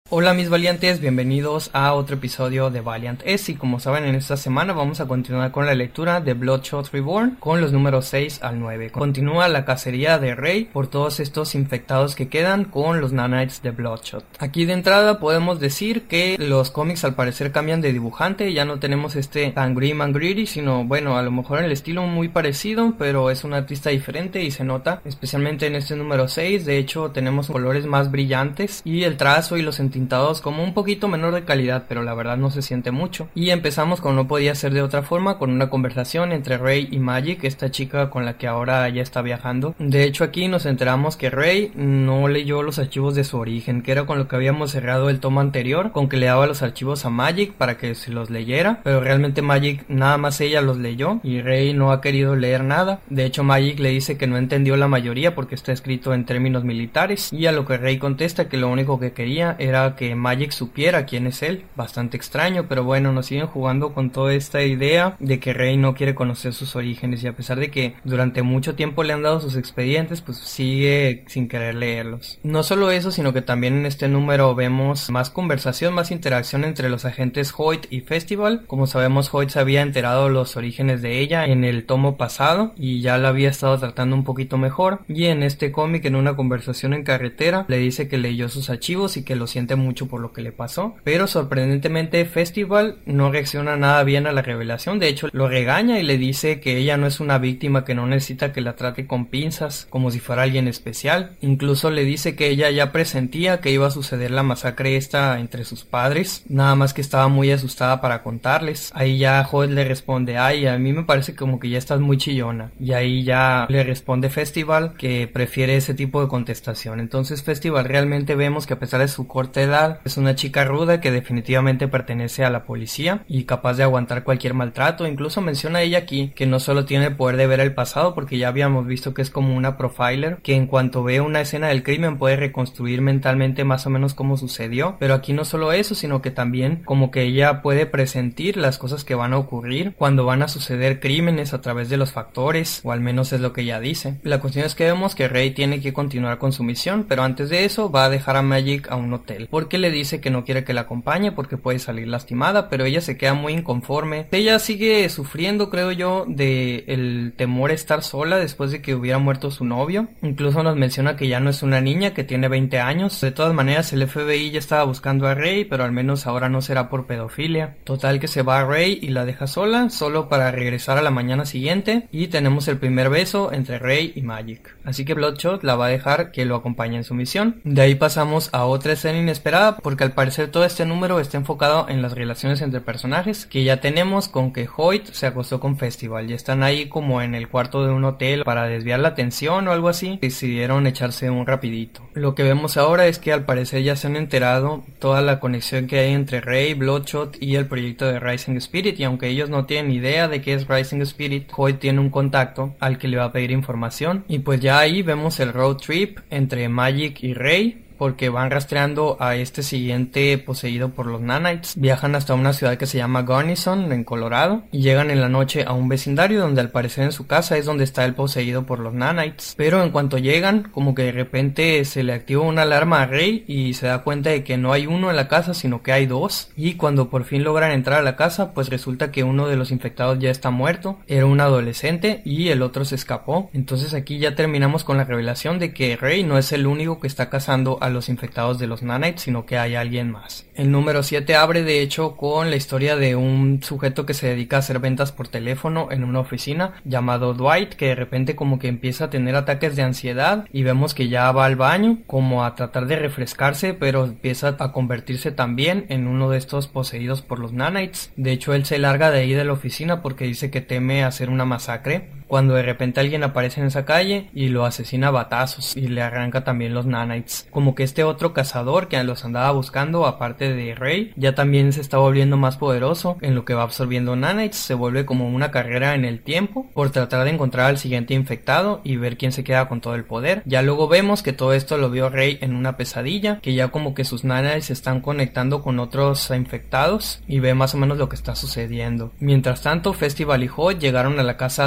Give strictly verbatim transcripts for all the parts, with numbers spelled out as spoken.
Hola mis valientes, bienvenidos a otro episodio de Valiant S y como saben en esta semana vamos a continuar con la lectura de Bloodshot Reborn con los números seis al nueve. Continúa la cacería de Rey por todos estos infectados que quedan con los nanites de Bloodshot. Aquí de entrada podemos decir que los cómics al parecer cambian de dibujante, ya no tenemos este tan grim and gritty, sino bueno, a lo mejor en el estilo muy parecido, pero es un artista diferente y se nota, especialmente en este número seis. De hecho tenemos colores más brillantes y el trazo y los sentimientos tintados como un poquito menor de calidad, pero la verdad no se siente mucho. Y empezamos, como no podía ser de otra forma, con una conversación entre Rey y Magik, esta chica con la que ahora ya está viajando. De hecho aquí nos enteramos que Rey no leyó los archivos de su origen, que era con lo que habíamos cerrado el tomo anterior, con que le daba los archivos a Magik para que se los leyera, pero realmente Magik nada más ella los leyó y Rey no ha querido leer nada. De hecho Magik le dice que no entendió la mayoría porque está escrito en términos militares, y a lo que Rey contesta que lo único que quería era que Magik supiera quién es él. Bastante extraño, pero bueno, nos siguen jugando con toda esta idea de que Rey no quiere conocer sus orígenes, y a pesar de que durante mucho tiempo le han dado sus expedientes, pues sigue sin querer leerlos. No solo eso, sino que también en este número vemos más conversación, más interacción entre los agentes Hoyt y Festival. Como sabemos, Hoyt se había enterado los orígenes de ella en el tomo pasado y ya la había estado tratando un poquito mejor, y en este cómic, en una conversación en carretera, le dice que leyó sus archivos y que lo siente mucho por lo que le pasó, pero sorprendentemente Festival no reacciona nada bien a la revelación. De hecho lo regaña y le dice que ella no es una víctima, que no necesita que la trate con pinzas como si fuera alguien especial. Incluso le dice que ella ya presentía que iba a suceder la masacre esta entre sus padres, nada más que estaba muy asustada para contarles. Ahí ya Hoyt le responde: ay, a mí me parece como que ya estás muy chillona, y ahí ya le responde Festival que prefiere ese tipo de contestación. Entonces Festival realmente vemos que a pesar de su corta edad es una chica ruda que definitivamente pertenece a la policía y capaz de aguantar cualquier maltrato. Incluso menciona ella aquí que no solo tiene el poder de ver el pasado, porque ya habíamos visto que es como una profiler, que en cuanto ve una escena del crimen puede reconstruir mentalmente más o menos cómo sucedió, pero aquí no solo eso, sino que también como que ella puede presentir las cosas que van a ocurrir cuando van a suceder crímenes a través de los factores, o al menos es lo que ella dice. La cuestión es que vemos que Rey tiene que continuar con su misión, pero antes de eso va a dejar a Magik a un hotel, porque le dice que no quiere que la acompañe porque puede salir lastimada, pero ella se queda muy inconforme. Ella sigue sufriendo, creo yo, de el temor a estar sola después de que hubiera muerto su novio. Incluso nos menciona que ya no es una niña, que tiene veinte años. De todas maneras el F B I ya estaba buscando a Rey, pero al menos ahora no será por pedofilia. Total que se va a Rey y la deja sola, solo para regresar a la mañana siguiente, y tenemos el primer beso entre Rey y Magik. Así que Bloodshot la va a dejar que lo acompañe en su misión. De ahí pasamos a otra escena inesperada, porque al parecer todo este número está enfocado en las relaciones entre personajes, que ya tenemos con que Hoyt se acostó con Festival, ya están ahí como en el cuarto de un hotel para desviar la atención o algo así, decidieron echarse un rapidito. Lo que vemos ahora es que al parecer ya se han enterado toda la conexión que hay entre Rey, Bloodshot y el proyecto de Rising Spirit, y aunque ellos no tienen idea de qué es Rising Spirit, Hoyt tiene un contacto al que le va a pedir información, y pues ya ahí vemos el road trip entre Magik y Rey, porque van rastreando a este siguiente poseído por los nanites. Viajan hasta una ciudad que se llama Garnison, en Colorado, y llegan en la noche a un vecindario donde al parecer en su casa es donde está el poseído por los nanites. Pero en cuanto llegan, como que de repente se le activa una alarma a Rey y se da cuenta de que no hay uno en la casa, sino que hay dos. Y cuando por fin logran entrar a la casa, pues resulta que uno de los infectados ya está muerto, era un adolescente, y el otro se escapó. Entonces aquí ya terminamos con la revelación de que Rey no es el único que está cazando a a los infectados de los nanites, sino que hay alguien más. El número siete abre de hecho con la historia de un sujeto que se dedica a hacer ventas por teléfono en una oficina llamado Dwight, que de repente como que empieza a tener ataques de ansiedad, y vemos que ya va al baño como a tratar de refrescarse, pero empieza a convertirse también en uno de estos poseídos por los nanites. De hecho él se larga de ahí de la oficina porque dice que teme hacer una masacre, cuando de repente alguien aparece en esa calle y lo asesina a batazos y le arranca también los nanites. Como que este otro cazador que los andaba buscando, aparte de Rey, ya también se está volviendo más poderoso, en lo que va absorbiendo nanites. Se vuelve como una carrera en el tiempo por tratar de encontrar al siguiente infectado y ver quién se queda con todo el poder. Ya luego vemos que todo esto lo vio Rey en una pesadilla, que ya como que sus nanites se están conectando con otros infectados y ve más o menos lo que está sucediendo. Mientras tanto, Festival y Hoyt llegaron a la casa del adolescente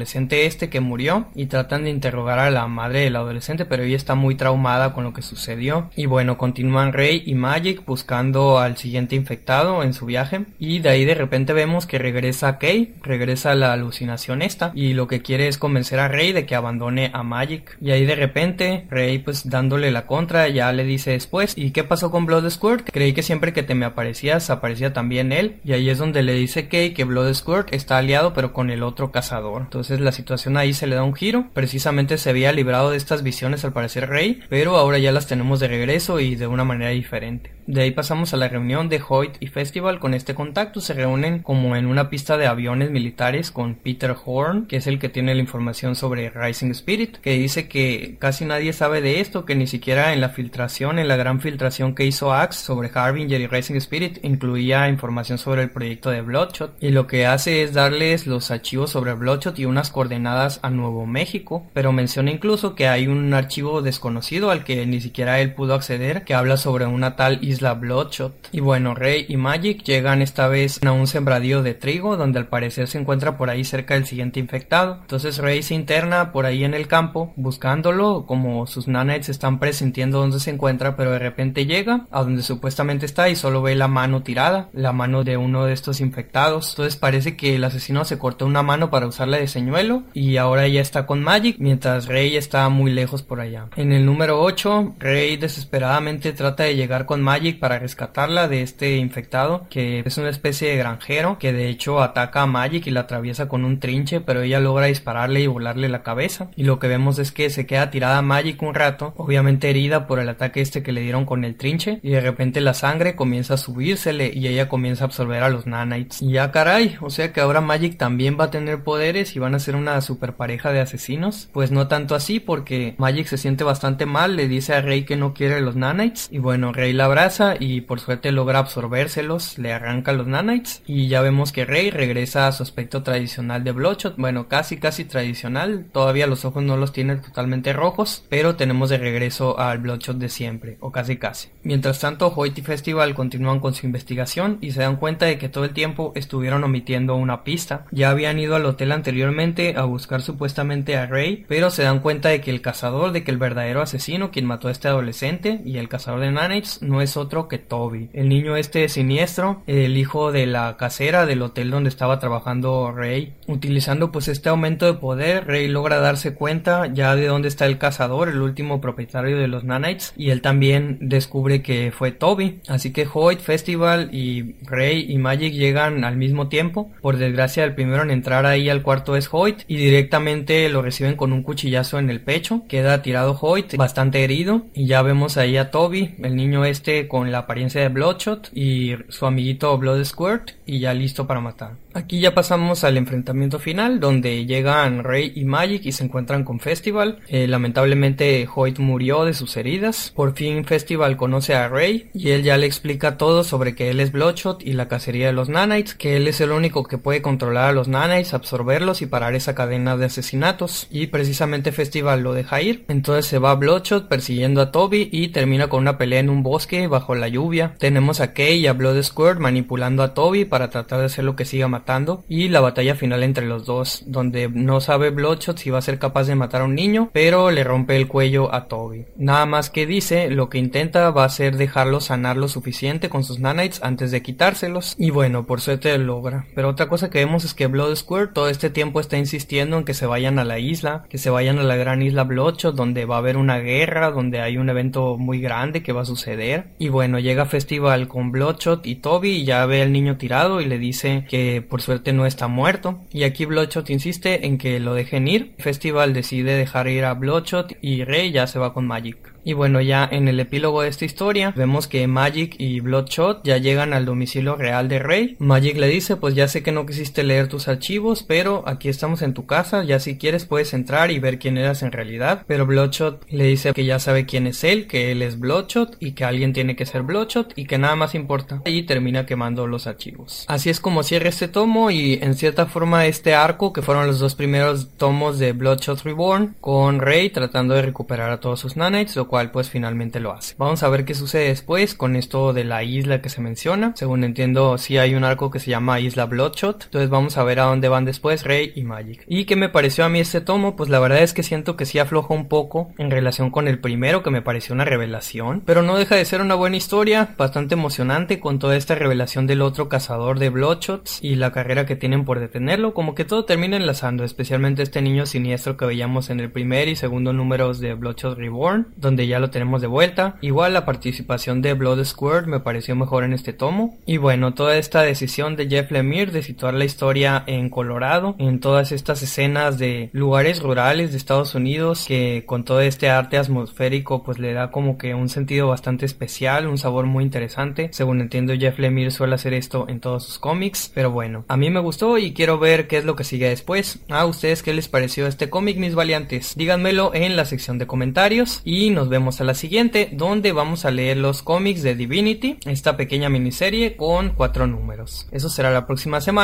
adolescente este que murió y tratan de interrogar a la madre del adolescente, pero ella está muy traumada con lo que sucedió. Y bueno, continúan Rey y Magik buscando al siguiente infectado en su viaje, y de ahí de repente vemos que regresa Kay, regresa la alucinación esta, y lo que quiere es convencer a Rey de que abandone a Magik. Y ahí de repente Rey, pues dándole la contra, ya le dice después: ¿y qué pasó con Blood Squirt? Creí que siempre que te me aparecías aparecía también él. Y ahí es donde le dice Kay que Blood Squirt está aliado pero con el otro cazador. Entonces la situación ahí se le da un giro. Precisamente se había librado de estas visiones al parecer Rey, pero ahora ya las tenemos de regreso y de una manera diferente. De ahí pasamos a la reunión de Hoyt y Festival. Con este contacto se reúnen como en una pista de aviones militares con Peter Horn, que es el que tiene la información sobre Rising Spirit, que dice que casi nadie sabe de esto, que ni siquiera en la filtración, en la gran filtración que hizo Axe sobre Harbinger y Rising Spirit, incluía información sobre el proyecto de Bloodshot, y lo que hace es darles los archivos sobre Bloodshot y unas coordenadas a Nuevo México, pero menciona incluso que hay un archivo desconocido al que ni siquiera él pudo acceder, que habla sobre una tal isla Bloodshot. Y bueno, Rey y Magik llegan esta vez a un sembradío de trigo, donde al parecer se encuentra por ahí cerca del siguiente infectado. Entonces Rey se interna por ahí en el campo buscándolo, como sus nanites están presintiendo dónde se encuentra, pero de repente llega a donde supuestamente está y solo ve la mano tirada, la mano de uno de estos infectados. Entonces parece que el asesino se cortó una mano para usarla de señuelo y ahora ya está con Magik, mientras Rey está muy lejos por allá. En el número ocho, Rey desesperadamente trata de llegar con Magik para rescatarla de este infectado, que es una especie de granjero que de hecho ataca a Magik y la atraviesa con un trinche, pero ella logra dispararle y volarle la cabeza, y lo que vemos es que se queda tirada Magik un rato, obviamente herida por el ataque este que le dieron con el trinche, y de repente la sangre comienza a subírsele y ella comienza a absorber a los nanites. Y ya caray, o sea que ahora Magik también va a tener poderes y van a ser una super pareja de asesinos. Pues no tanto así, porque Magik se siente bastante mal, le dice a Rey que no quiere los nanites, y bueno, Rey la abraza y por suerte logra absorbérselos, le arranca los nanites, y ya vemos que Rey regresa a su aspecto tradicional de Bloodshot, bueno, casi casi tradicional, todavía los ojos no los tiene totalmente rojos, pero tenemos de regreso al Bloodshot de siempre, o casi casi. Mientras tanto, Hoyt y Festival continúan con su investigación y se dan cuenta de que todo el tiempo estuvieron omitiendo una pista. Ya habían ido al hotel anteriormente a buscar supuestamente a Rey, pero se dan cuenta de que el cazador, de que el verdadero asesino, quien mató a este adolescente y el cazador de nanites, no es otro que Toby, el niño este siniestro, el hijo de la casera del hotel donde estaba trabajando Rey. Utilizando pues este aumento de poder, Rey logra darse cuenta ya de dónde está el cazador, el último propietario de los nanites, y él también descubre que fue Toby. Así que Hoyt, Festival y Rey y Magik llegan al mismo tiempo. Por desgracia, el primero en entrar ahí al cuarto es Hoyt, y directamente lo reciben con un cuchillazo en el pecho. Queda tirado Hoyt, bastante herido, y ya vemos ahí a Toby, el niño este con la apariencia de Bloodshot, y su amiguito Blood Squirt, y ya listo para matar. Aquí ya pasamos al enfrentamiento final, donde llegan Rey y Magik y se encuentran con Festival. Eh, lamentablemente Hoyt murió de sus heridas. Por fin Festival conoce a Rey y él ya le explica todo sobre que él es Bloodshot y la cacería de los nanites, que él es el único que puede controlar a los nanites, absorberlos y parar esa cadena de asesinatos, y precisamente Festival lo deja ir. Entonces se va Bloodshot persiguiendo a Toby y termina con una pelea en un bosque bajo la lluvia. Tenemos a Kay y a Blood Squirt manipulando a Toby para tratar de hacer lo que siga matando, y la batalla final entre los dos, donde no sabe Bloodshot si va a ser capaz de matar a un niño, pero le rompe el cuello a Toby. Nada más que dice, lo que intenta va a ser dejarlo sanar lo suficiente con sus nanites antes de quitárselos, y bueno, por suerte lo logra. Pero otra cosa que vemos es que Blood Squirt todo este tiempo está insistiendo en que se vayan a la isla, que se vayan a la gran isla Bloodshot, donde va a haber una guerra, donde hay un evento muy grande que va a suceder. Y bueno, llega Festival con Bloodshot y Toby y ya ve al niño tirado y le dice que por suerte no está muerto, y aquí Bloodshot insiste en que lo dejen ir. Festival decide dejar ir a Bloodshot y Rey ya se va con Magik. Y bueno, ya en el epílogo de esta historia vemos que Magik y Bloodshot ya llegan al domicilio real de Rey. Magik le dice, pues ya sé que no quisiste leer tus archivos, pero aquí estamos en tu casa, ya si quieres puedes entrar y ver quién eras en realidad. Pero Bloodshot le dice que ya sabe quién es él, que él es Bloodshot y que alguien tiene que ser Bloodshot y que nada más importa. Y termina quemando los archivos. Así es como cierra este tomo y en cierta forma este arco, que fueron los dos primeros tomos de Bloodshot Reborn, con Rey tratando de recuperar a todos sus nanites, lo cual cual pues finalmente lo hace. Vamos a ver qué sucede después con esto de la isla que se menciona. Según entiendo, sí hay un arco que se llama Isla Bloodshot, entonces vamos a ver a dónde van después Rey y Magik. ¿Y qué me pareció a mí este tomo? Pues la verdad es que siento que sí afloja un poco en relación con el primero, que me pareció una revelación, pero no deja de ser una buena historia, bastante emocionante, con toda esta revelación del otro cazador de Bloodshots y la carrera que tienen por detenerlo. Como que todo termina enlazando, especialmente este niño siniestro que veíamos en el primer y segundo números de Bloodshot Reborn, donde ya lo tenemos de vuelta. Igual la participación de Blood Squirt me pareció mejor en este tomo. Y bueno, toda esta decisión de Jeff Lemire de situar la historia en Colorado, en todas estas escenas de lugares rurales de Estados Unidos, que con todo este arte atmosférico pues le da como que un sentido bastante especial, un sabor muy interesante. Según entiendo, Jeff Lemire suele hacer esto en todos sus cómics, pero bueno, a mí me gustó y quiero ver qué es lo que sigue después. ¿A ustedes qué les pareció este cómic, mis valiantes? Díganmelo en la sección de comentarios y nos vemos a la siguiente, donde vamos a leer los cómics de Divinity, esta pequeña miniserie con cuatro números. Eso será la próxima semana.